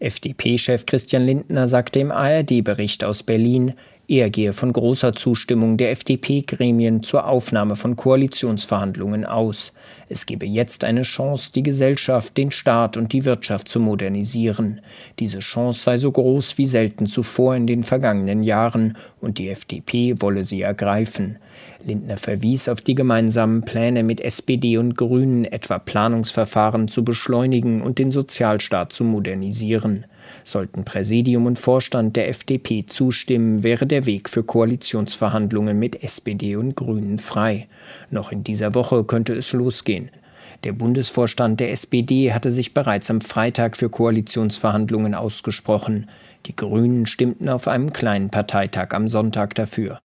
FDP-Chef Christian Lindner sagte im ARD-Bericht aus Berlin, er gehe von großer Zustimmung der FDP-Gremien zur Aufnahme von Koalitionsverhandlungen aus. Es gebe jetzt eine Chance, die Gesellschaft, den Staat und die Wirtschaft zu modernisieren. Diese Chance sei so groß wie selten zuvor in den vergangenen Jahren und die FDP wolle sie ergreifen. Lindner verwies auf die gemeinsamen Pläne mit SPD und Grünen, etwa Planungsverfahren zu beschleunigen und den Sozialstaat zu modernisieren. Sollten Präsidium und Vorstand der FDP zustimmen, wäre der Weg für Koalitionsverhandlungen mit SPD und Grünen frei. Noch in dieser Woche könnte es losgehen. Der Bundesvorstand der SPD hatte sich bereits am Freitag für Koalitionsverhandlungen ausgesprochen. Die Grünen stimmten auf einem kleinen Parteitag am Sonntag dafür.